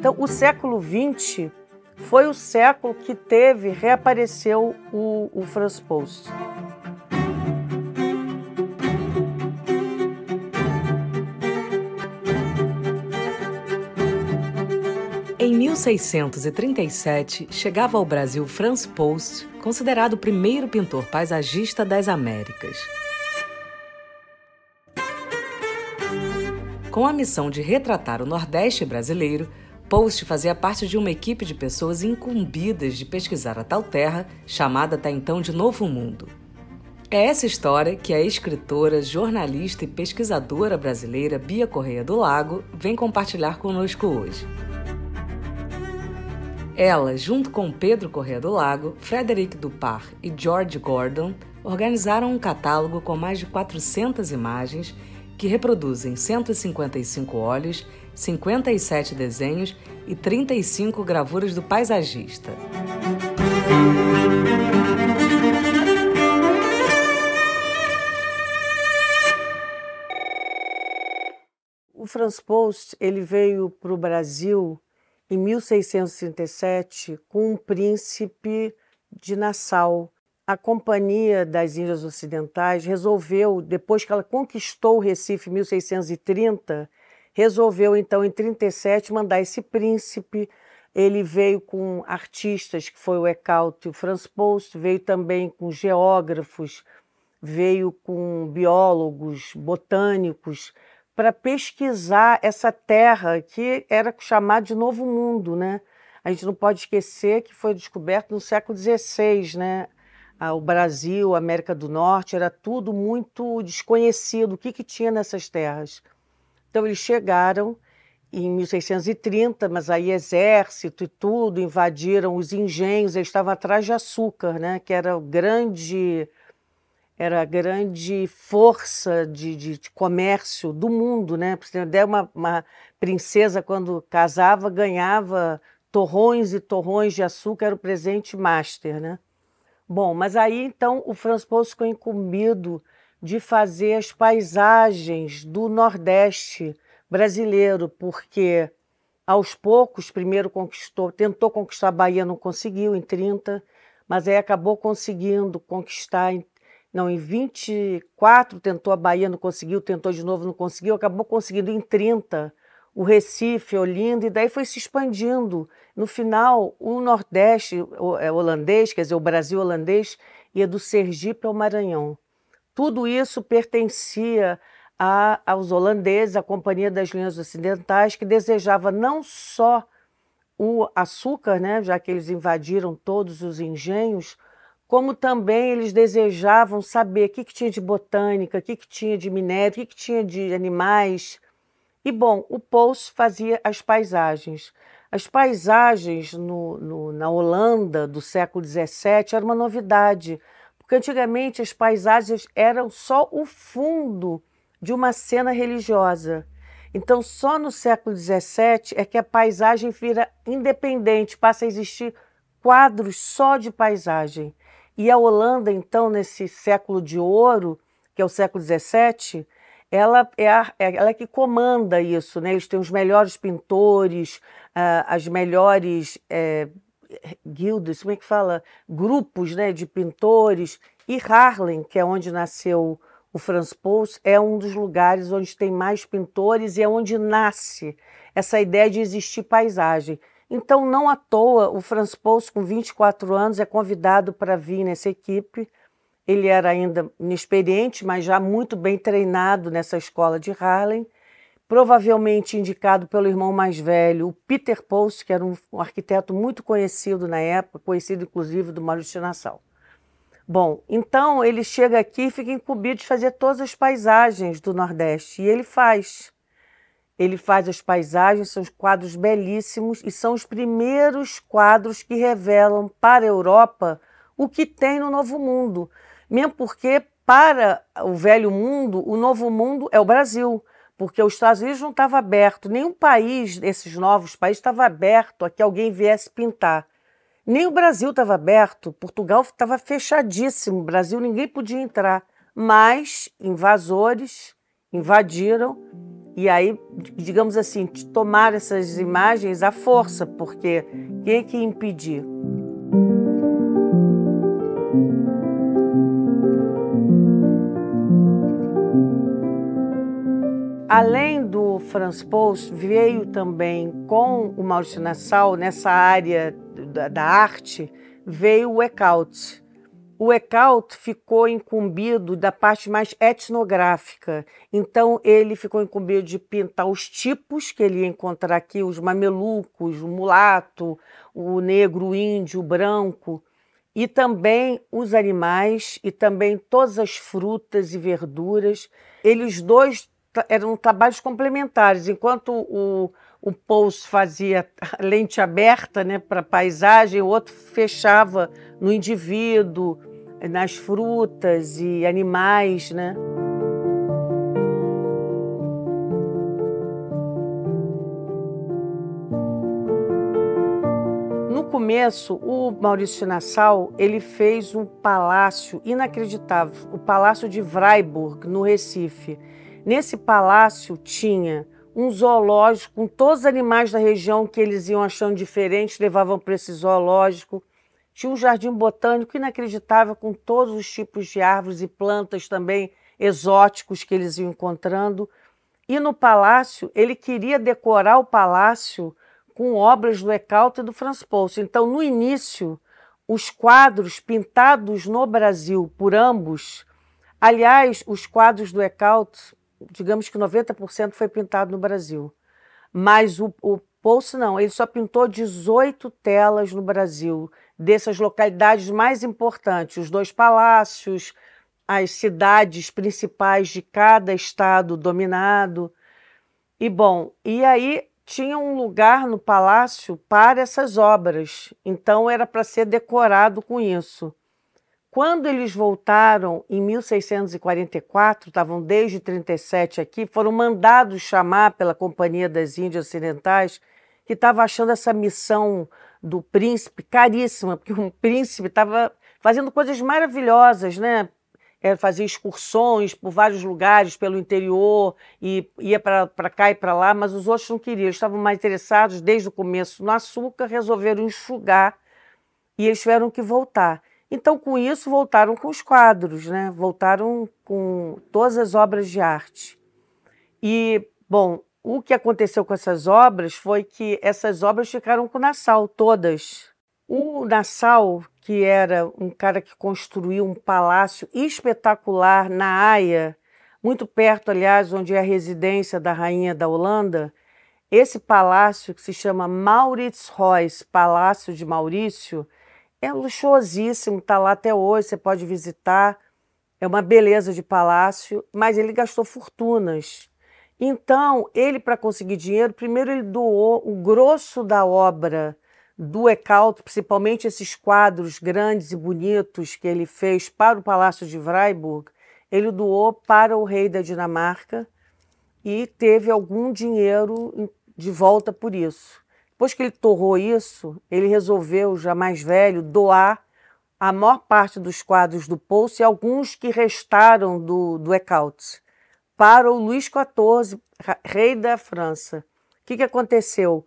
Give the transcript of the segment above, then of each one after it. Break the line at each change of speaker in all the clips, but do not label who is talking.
Então, o século XX foi o século que reapareceu o France Post.
Em 1637, chegava ao Brasil Franz Post, considerado o primeiro pintor paisagista das Américas. Com a missão de retratar o Nordeste brasileiro, Post fazia parte de uma equipe de pessoas incumbidas de pesquisar a tal terra, chamada até então de Novo Mundo. É essa história que a escritora, jornalista e pesquisadora brasileira Bia Correia do Lago vem compartilhar conosco hoje. Ela, junto com Pedro Correia do Lago, Frederic Dupart e George Gordon, organizaram um catálogo com mais de 400 imagens que reproduzem 155 óleos, 57 desenhos e 35 gravuras do paisagista.
O Franz Post ele veio para o Brasil em 1637 com um príncipe de Nassau. A Companhia das Índias Ocidentais resolveu, depois que ela conquistou o Recife em 1630, resolveu então em 37 mandar esse príncipe. Ele veio com artistas, que foi o Eckalt e o Franz Post, veio também com geógrafos, veio com biólogos, botânicos, para pesquisar essa terra que era chamada de Novo Mundo, né? A gente não pode esquecer que foi descoberto no século XVI, né? O Brasil, a América do Norte, era tudo muito desconhecido, o que tinha nessas terras. Então eles chegaram em 1630, mas aí exército e tudo invadiram os engenhos, eles estavam atrás de açúcar, né? Que era a grande força de comércio do mundo, né? Para você ter uma ideia, uma princesa, quando casava, ganhava torrões e torrões de açúcar, era o presente master, né? Bom, mas aí então o Franz Post ficou incumbido de fazer as paisagens do Nordeste brasileiro, porque aos poucos, primeiro tentou conquistar a Bahia, não conseguiu em 30, mas aí acabou conseguindo conquistar em 24 tentou a Bahia, não conseguiu, tentou de novo, não conseguiu, acabou conseguindo em 30 o Recife, Olinda, e daí foi se expandindo. No final, o Nordeste holandês, quer dizer, o Brasil holandês, ia do Sergipe ao Maranhão. Tudo isso pertencia aos holandeses, à Companhia das Linhas Ocidentais, que desejava não só o açúcar, né, já que eles invadiram todos os engenhos, como também eles desejavam saber o que tinha de botânica, o que tinha de minério, o que tinha de animais. E, bom, o Post fazia as paisagens. As paisagens na Holanda do século XVII era uma novidade, porque antigamente as paisagens eram só o fundo de uma cena religiosa. Então, só no século XVII é que a paisagem vira independente, passa a existir quadros só de paisagem. E a Holanda, então, nesse século de ouro, que é o século XVII, ela é que comanda isso, né? Eles têm os melhores pintores, as melhores guildas, como é que fala? Grupos, né, de pintores. E Haarlem, que é onde nasceu o Franz Post, é um dos lugares onde tem mais pintores e é onde nasce essa ideia de existir paisagem. Então, não à toa, o Franz Post, com 24 anos, é convidado para vir nessa equipe. Ele era ainda inexperiente, mas já muito bem treinado nessa escola de Haarlem, provavelmente indicado pelo irmão mais velho, o Peter Post, que era um arquiteto muito conhecido na época, conhecido inclusive do Maurício de Nassau. Bom, então ele chega aqui e fica incumbido de fazer todas as paisagens do Nordeste, e ele faz. Ele faz as paisagens, são quadros belíssimos e são os primeiros quadros que revelam para a Europa o que tem no Novo Mundo. Mesmo porque, para o Velho Mundo, o Novo Mundo é o Brasil, porque os Estados Unidos não estava aberto, nenhum país desses novos países estava aberto a que alguém viesse pintar. Nem o Brasil estava aberto, Portugal estava fechadíssimo, o Brasil ninguém podia entrar, mas invasores invadiram E aí, digamos assim, tomar essas imagens à força, porque quem é que ia impedir? Além do Franz Post, veio também com o Maurício Nassau, nessa área da arte, veio o Eckaudt. O Eckaudt ficou incumbido da parte mais etnográfica, então ele ficou incumbido de pintar os tipos que ele ia encontrar aqui, os mamelucos, o mulato, o negro, o índio, o branco, e também os animais e também todas as frutas e verduras. Eles dois eram trabalhos complementares, enquanto o Post fazia lente aberta, né, para a paisagem, o outro fechava no indivíduo, nas frutas e animais, né? No começo, o Maurício Nassau, ele fez um palácio inacreditável, o Palácio de Freiburg, no Recife. Nesse palácio tinha um zoológico com todos os animais da região que eles iam achando diferentes, levavam para esse zoológico. Tinha um jardim botânico inacreditável com todos os tipos de árvores e plantas também exóticos que eles iam encontrando. E no palácio, ele queria decorar o palácio com obras do Eckaudt e do Franz Post. Então, no início, os quadros pintados no Brasil por ambos, aliás, os quadros do Eckaudt, digamos que 90% foi pintado no Brasil, mas o Post não, ele só pintou 18 telas no Brasil, dessas localidades mais importantes, os dois palácios, as cidades principais de cada estado dominado. E bom, e aí tinha um lugar no palácio para essas obras, então era para ser decorado com isso. Quando eles voltaram em 1644, estavam desde 37 aqui, foram mandados chamar pela Companhia das Índias Ocidentais, que estava achando essa missão do príncipe caríssima, porque um príncipe estava fazendo coisas maravilhosas, né? Fazia excursões por vários lugares, pelo interior, e ia para cá e para lá, mas os outros não queriam, eles estavam mais interessados desde o começo no açúcar, resolveram enxugar e eles tiveram que voltar. Então, com isso, voltaram com os quadros, né? Voltaram com todas as obras de arte. E, bom, o que aconteceu com essas obras foi que essas obras ficaram com o Nassau, todas. O Nassau, que era um cara que construiu um palácio espetacular na Haia, muito perto, aliás, onde é a residência da rainha da Holanda, esse palácio, que se chama Mauritshuis, Palácio de Maurício, é luxuosíssimo, está lá até hoje, você pode visitar. É uma beleza de palácio, mas ele gastou fortunas. Então, ele, para conseguir dinheiro, primeiro ele doou o grosso da obra do Eckaudt, principalmente esses quadros grandes e bonitos que ele fez para o Palácio de Freiburg, ele doou para o rei da Dinamarca e teve algum dinheiro de volta por isso. Depois que ele torrou isso, ele resolveu, já mais velho, doar a maior parte dos quadros do Post e alguns que restaram do Eckaudt para o Luís XIV, rei da França. O que aconteceu?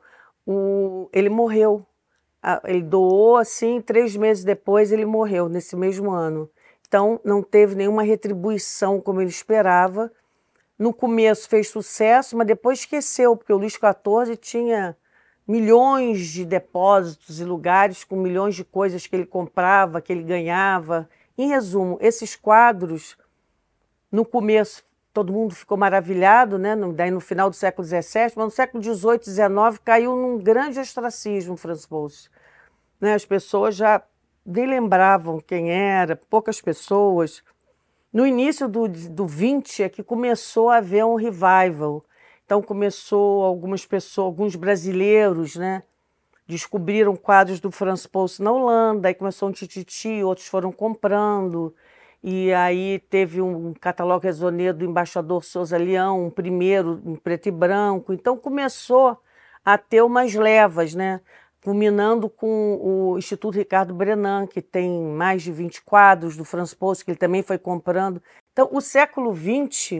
Ele morreu. Ele doou assim, 3 meses depois ele morreu, nesse mesmo ano. Então, não teve nenhuma retribuição como ele esperava. No começo fez sucesso, mas depois esqueceu, porque o Luís XIV tinha milhões de depósitos e lugares com milhões de coisas que ele comprava, que ele ganhava. Em resumo, esses quadros, no começo, todo mundo ficou maravilhado, né? Daí no final do século XVII, mas no século XVIII e XIX caiu num grande ostracismo Franz Post. Né? As pessoas já nem lembravam quem era, poucas pessoas. No início do 20 é que começou a haver um revival. Então começou algumas pessoas, alguns brasileiros, né, descobriram quadros do Franz Post na Holanda, aí começou um tititi, outros foram comprando, e aí teve um catálogo raisonné do embaixador Souza Leão, um primeiro em preto e branco, então começou a ter umas levas, né, culminando com o Instituto Ricardo Brenan, que tem mais de 20 quadros do Franz Post, que ele também foi comprando. Então o século XX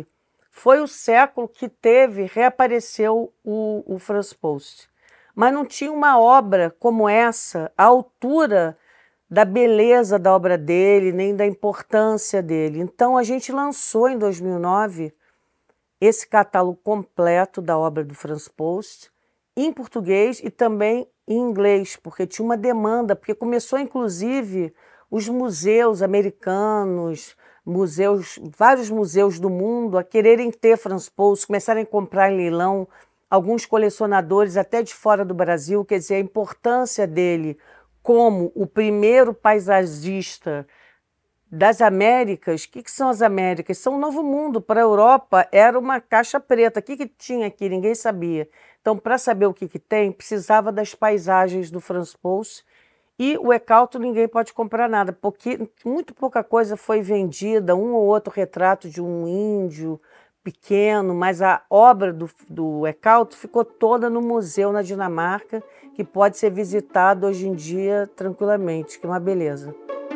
foi o século que reapareceu o Franz Post. Mas não tinha uma obra como essa, à altura da beleza da obra dele, nem da importância dele. Então a gente lançou em 2009 esse catálogo completo da obra do Franz Post, em português e também em inglês, porque tinha uma demanda, porque começou inclusive os museus americanos, vários museus do mundo a quererem ter Franz Post, começarem a comprar em leilão, alguns colecionadores até de fora do Brasil, quer dizer, a importância dele como o primeiro paisagista das Américas. O que são as Américas? São um novo mundo. Para a Europa era uma caixa preta. O que tinha aqui? Ninguém sabia. Então, para saber o que tem, precisava das paisagens do Franz Post. E o Eckauto ninguém pode comprar nada, porque muito pouca coisa foi vendida, um ou outro retrato de um índio pequeno, mas a obra do Eckauto ficou toda no museu na Dinamarca, que pode ser visitado hoje em dia tranquilamente, que é uma beleza.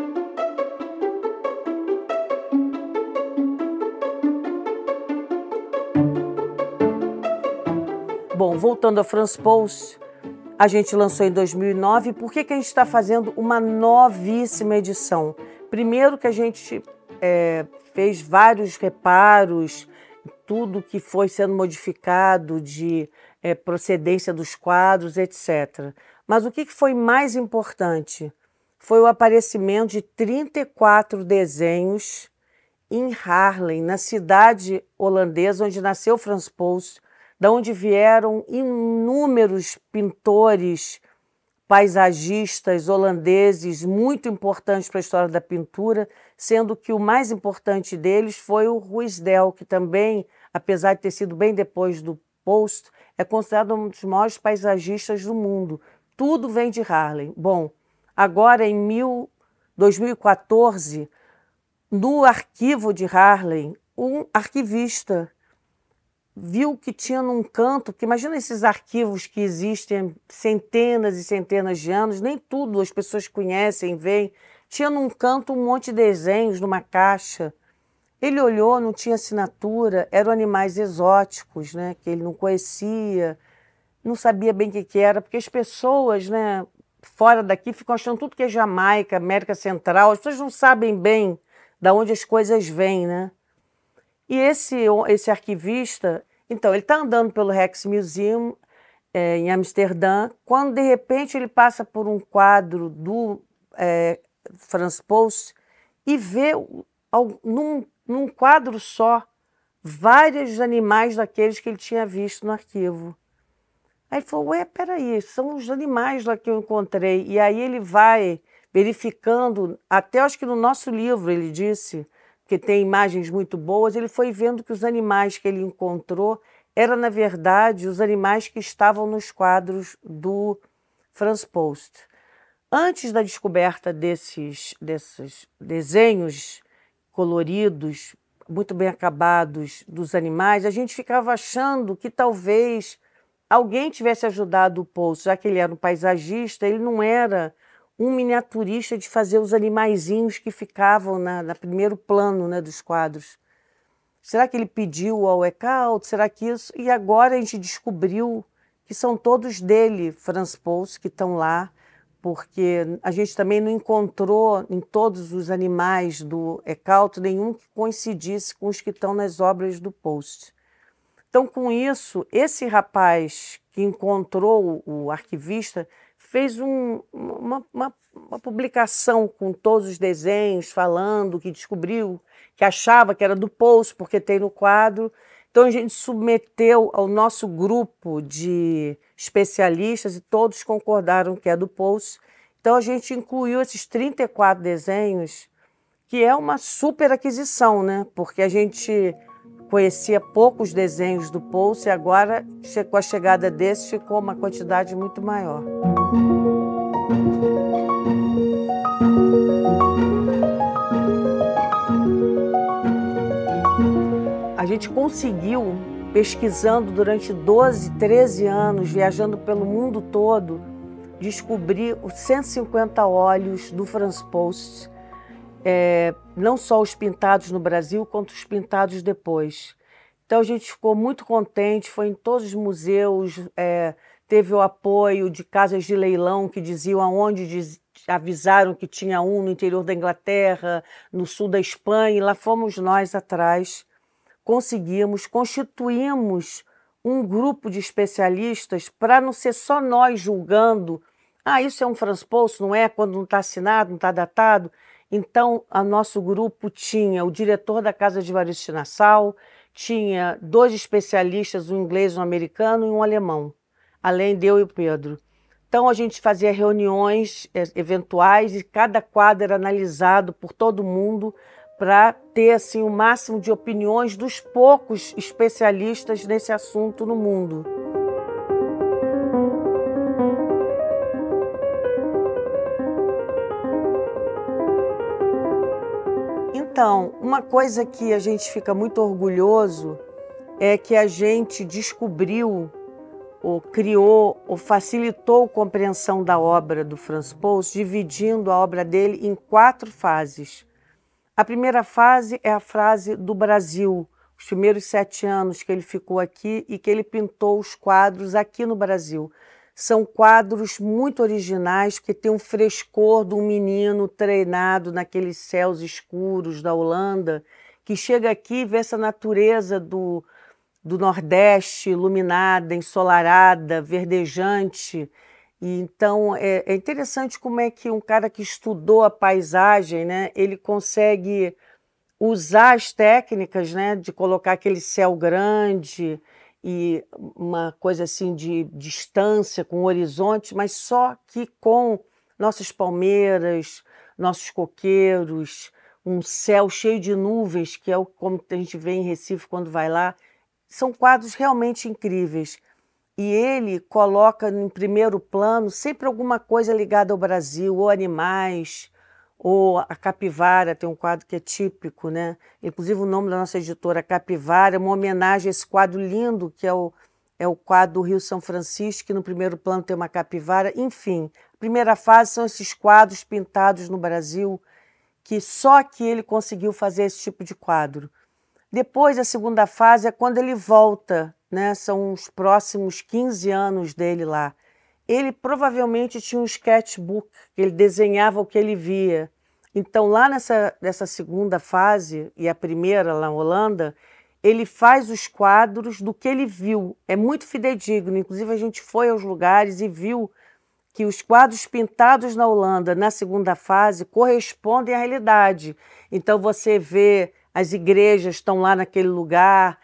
Bom, voltando a Franz Post, a gente lançou em 2009. Por que a gente está fazendo uma novíssima edição? Primeiro que a gente fez vários reparos, tudo que foi sendo modificado de procedência dos quadros, etc. Mas o que foi mais importante? Foi o aparecimento de 34 desenhos em Haarlem, na cidade holandesa onde nasceu Franz Post, da onde vieram inúmeros pintores, paisagistas holandeses muito importantes para a história da pintura, sendo que o mais importante deles foi o Ruysdael, que também, apesar de ter sido bem depois do Post, é considerado um dos maiores paisagistas do mundo. Tudo vem de Haarlem. Bom, agora em 2014, no arquivo de Haarlem, um arquivista viu que tinha num canto, que imagina esses arquivos que existem centenas e centenas de anos, nem tudo as pessoas conhecem, veem. Tinha num canto um monte de desenhos numa caixa. Ele olhou, não tinha assinatura, eram animais exóticos, né, que ele não conhecia, não sabia bem o que era, porque as pessoas, né, fora daqui ficam achando tudo que é Jamaica, América Central, as pessoas não sabem bem de onde as coisas vêm, né? E esse arquivista, então, ele está andando pelo Rijksmuseum em Amsterdã, quando de repente ele passa por um quadro do Franz Post e vê num quadro só vários animais daqueles que ele tinha visto no arquivo. Aí ele falou, ué, peraí, são os animais lá que eu encontrei. E aí ele vai verificando, até acho que no nosso livro ele disse, que tem imagens muito boas, ele foi vendo que os animais que ele encontrou eram, na verdade, os animais que estavam nos quadros do Franz Post. Antes da descoberta desses desenhos coloridos, muito bem acabados dos animais, a gente ficava achando que talvez alguém tivesse ajudado o Post, já que ele era um paisagista, ele não era um miniaturista de fazer os animaizinhos que ficavam no primeiro plano, né, dos quadros. Será que ele pediu ao Eckauto? Será que isso? E agora a gente descobriu que são todos dele, Franz Post, que estão lá, porque a gente também não encontrou em todos os animais do Eckauto nenhum que coincidisse com os que estão nas obras do Post. Então, com isso, esse rapaz que encontrou o arquivista fez uma publicação com todos os desenhos, falando que descobriu, que achava que era do Post, porque tem no quadro. Então, a gente submeteu ao nosso grupo de especialistas e todos concordaram que é do Post. Então, a gente incluiu esses 34 desenhos, que é uma super aquisição, né? Porque a gente conhecia poucos desenhos do Post e agora, com a chegada desse, ficou uma quantidade muito maior. A gente conseguiu, pesquisando durante 12, 13 anos, viajando pelo mundo todo, descobrir os 150 óleos do Franz Post, não só os pintados no Brasil, quanto os pintados depois. Então a gente ficou muito contente, foi em todos os museus, teve o apoio de casas de leilão que diziam aonde avisaram que tinha um no interior da Inglaterra, no sul da Espanha, e lá fomos nós atrás, conseguimos, constituímos um grupo de especialistas para não ser só nós julgando. Ah, isso é um Franz-Post, não é? Quando não está assinado, não está datado. Então, o nosso grupo tinha o diretor da Casa de Evaristo de Nassau, tinha 2 especialistas, um inglês, um americano e um alemão, além de eu e o Pedro. Então, a gente fazia reuniões eventuais e cada quadro era analisado por todo mundo para ter assim, o máximo de opiniões dos poucos especialistas nesse assunto no mundo. Então, uma coisa que a gente fica muito orgulhoso é que a gente descobriu, ou criou, ou facilitou a compreensão da obra do Franz Post, dividindo a obra dele em 4 fases. A primeira fase é a fase do Brasil, os primeiros 7 anos que ele ficou aqui e que ele pintou os quadros aqui no Brasil. São quadros muito originais, porque tem um frescor de um menino treinado naqueles céus escuros da Holanda, que chega aqui e vê essa natureza do Nordeste iluminada, ensolarada, verdejante. E então é interessante como é que um cara que estudou a paisagem, né, ele consegue usar as técnicas, né, de colocar aquele céu grande e uma coisa assim de distância com o horizonte, mas só que com nossas palmeiras, nossos coqueiros, um céu cheio de nuvens, que é como a gente vê em Recife quando vai lá. São quadros realmente incríveis. E ele coloca em primeiro plano sempre alguma coisa ligada ao Brasil, ou animais, ou a capivara, tem um quadro que é típico, né? Inclusive o nome da nossa editora, Capivara, é uma homenagem a esse quadro lindo, que é o quadro do Rio São Francisco, que no primeiro plano tem uma capivara. Enfim, a primeira fase são esses quadros pintados no Brasil, que só que ele conseguiu fazer esse tipo de quadro. Depois, a segunda fase é quando ele volta, né? São os próximos 15 anos dele lá. Ele provavelmente tinha um sketchbook, que ele desenhava o que ele via. Então, lá nessa segunda fase, e a primeira lá na Holanda, ele faz os quadros do que ele viu. É muito fidedigno. Inclusive, a gente foi aos lugares e viu que os quadros pintados na Holanda, na segunda fase, correspondem à realidade. Então, você vê as igrejas estão lá naquele lugar,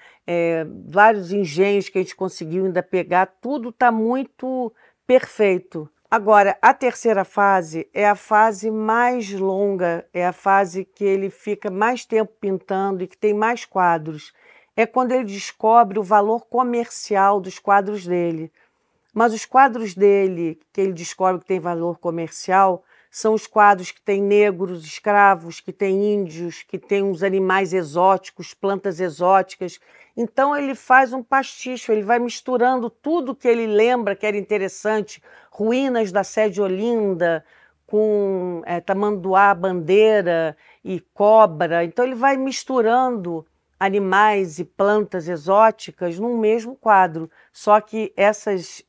vários engenhos que a gente conseguiu ainda pegar, tudo está muito perfeito. Agora, a terceira fase é a fase mais longa, é a fase que ele fica mais tempo pintando e que tem mais quadros. É quando ele descobre o valor comercial dos quadros dele. Mas os quadros dele, que ele descobre que tem valor comercial, são os quadros que têm negros, escravos, que têm índios, que têm uns animais exóticos, plantas exóticas. Então ele faz um pasticho, ele vai misturando tudo que ele lembra que era interessante, ruínas da sede Olinda, com tamanduá, bandeira e cobra. Então ele vai misturando animais e plantas exóticas num mesmo quadro. Só que essas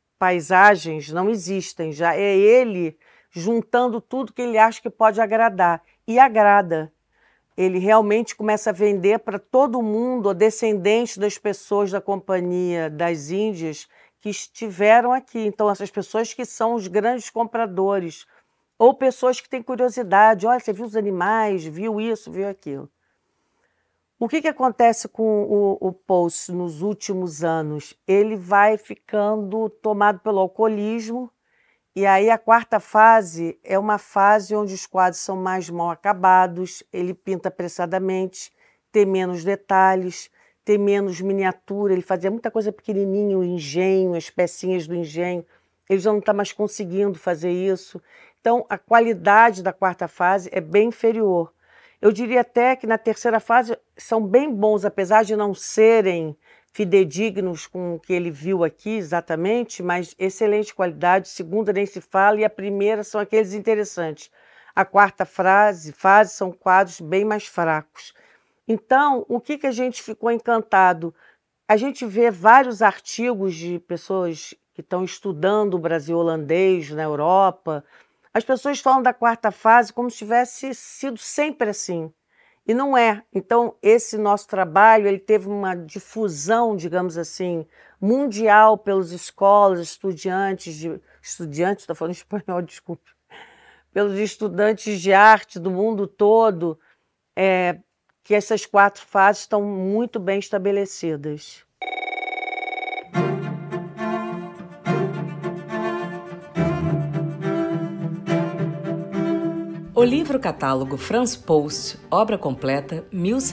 paisagens não existem, já é ele juntando tudo que ele acha que pode agradar. E agrada. Ele realmente começa a vender para todo mundo, descendentes das pessoas da Companhia das Índias que estiveram aqui. Então, essas pessoas que são os grandes compradores, ou pessoas que têm curiosidade. Olha, você viu os animais, viu isso, viu aquilo. O que acontece com o Post nos últimos anos? Ele vai ficando tomado pelo alcoolismo, e aí a quarta fase é uma fase onde os quadros são mais mal acabados, ele pinta apressadamente, tem menos detalhes, tem menos miniatura, ele fazia muita coisa pequenininha, o engenho, as pecinhas do engenho, ele já não está mais conseguindo fazer isso. Então a qualidade da quarta fase é bem inferior. Eu diria até que na terceira fase são bem bons, apesar de não serem fidedignos com o que ele viu aqui exatamente, mas excelente qualidade. Segunda nem se fala e a primeira são aqueles interessantes. A quarta fase são quadros bem mais fracos. Então, o que a gente ficou encantado? A gente vê vários artigos de pessoas que estão estudando o Brasil holandês na Europa. As pessoas falam da quarta fase como se tivesse sido sempre assim. E não é. Então, esse nosso trabalho ele teve uma difusão, digamos assim, mundial pelas escolas, estudantes, estou falando espanhol, desculpe, pelos estudantes de arte do mundo todo, que essas 4 fases estão muito bem estabelecidas.
O livro-catálogo Franz Post, obra completa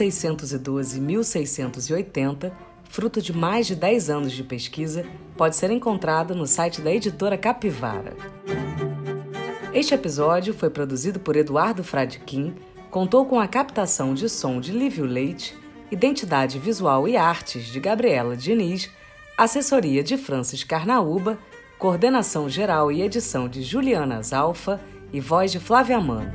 1612-1680, fruto de mais de 10 anos de pesquisa, pode ser encontrado no site da editora Capivara. Este episódio foi produzido por Eduardo Fradkin, contou com a captação de som de Lívio Leite, identidade visual e artes de Gabriela Diniz, assessoria de Francis Carnaúba, coordenação geral e edição de Juliana Zalfa e voz de Flávia Mano.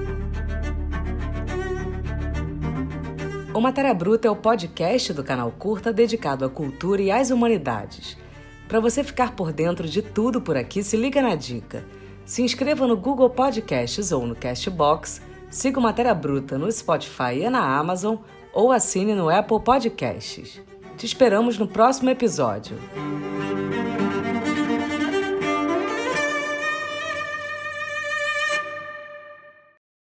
O Matéria Bruta é o podcast do canal Curta dedicado à cultura e às humanidades. Para você ficar por dentro de tudo por aqui, se liga na dica. Se inscreva no Google Podcasts ou no Castbox, siga o Matéria Bruta no Spotify e na Amazon ou assine no Apple Podcasts. Te esperamos no próximo episódio.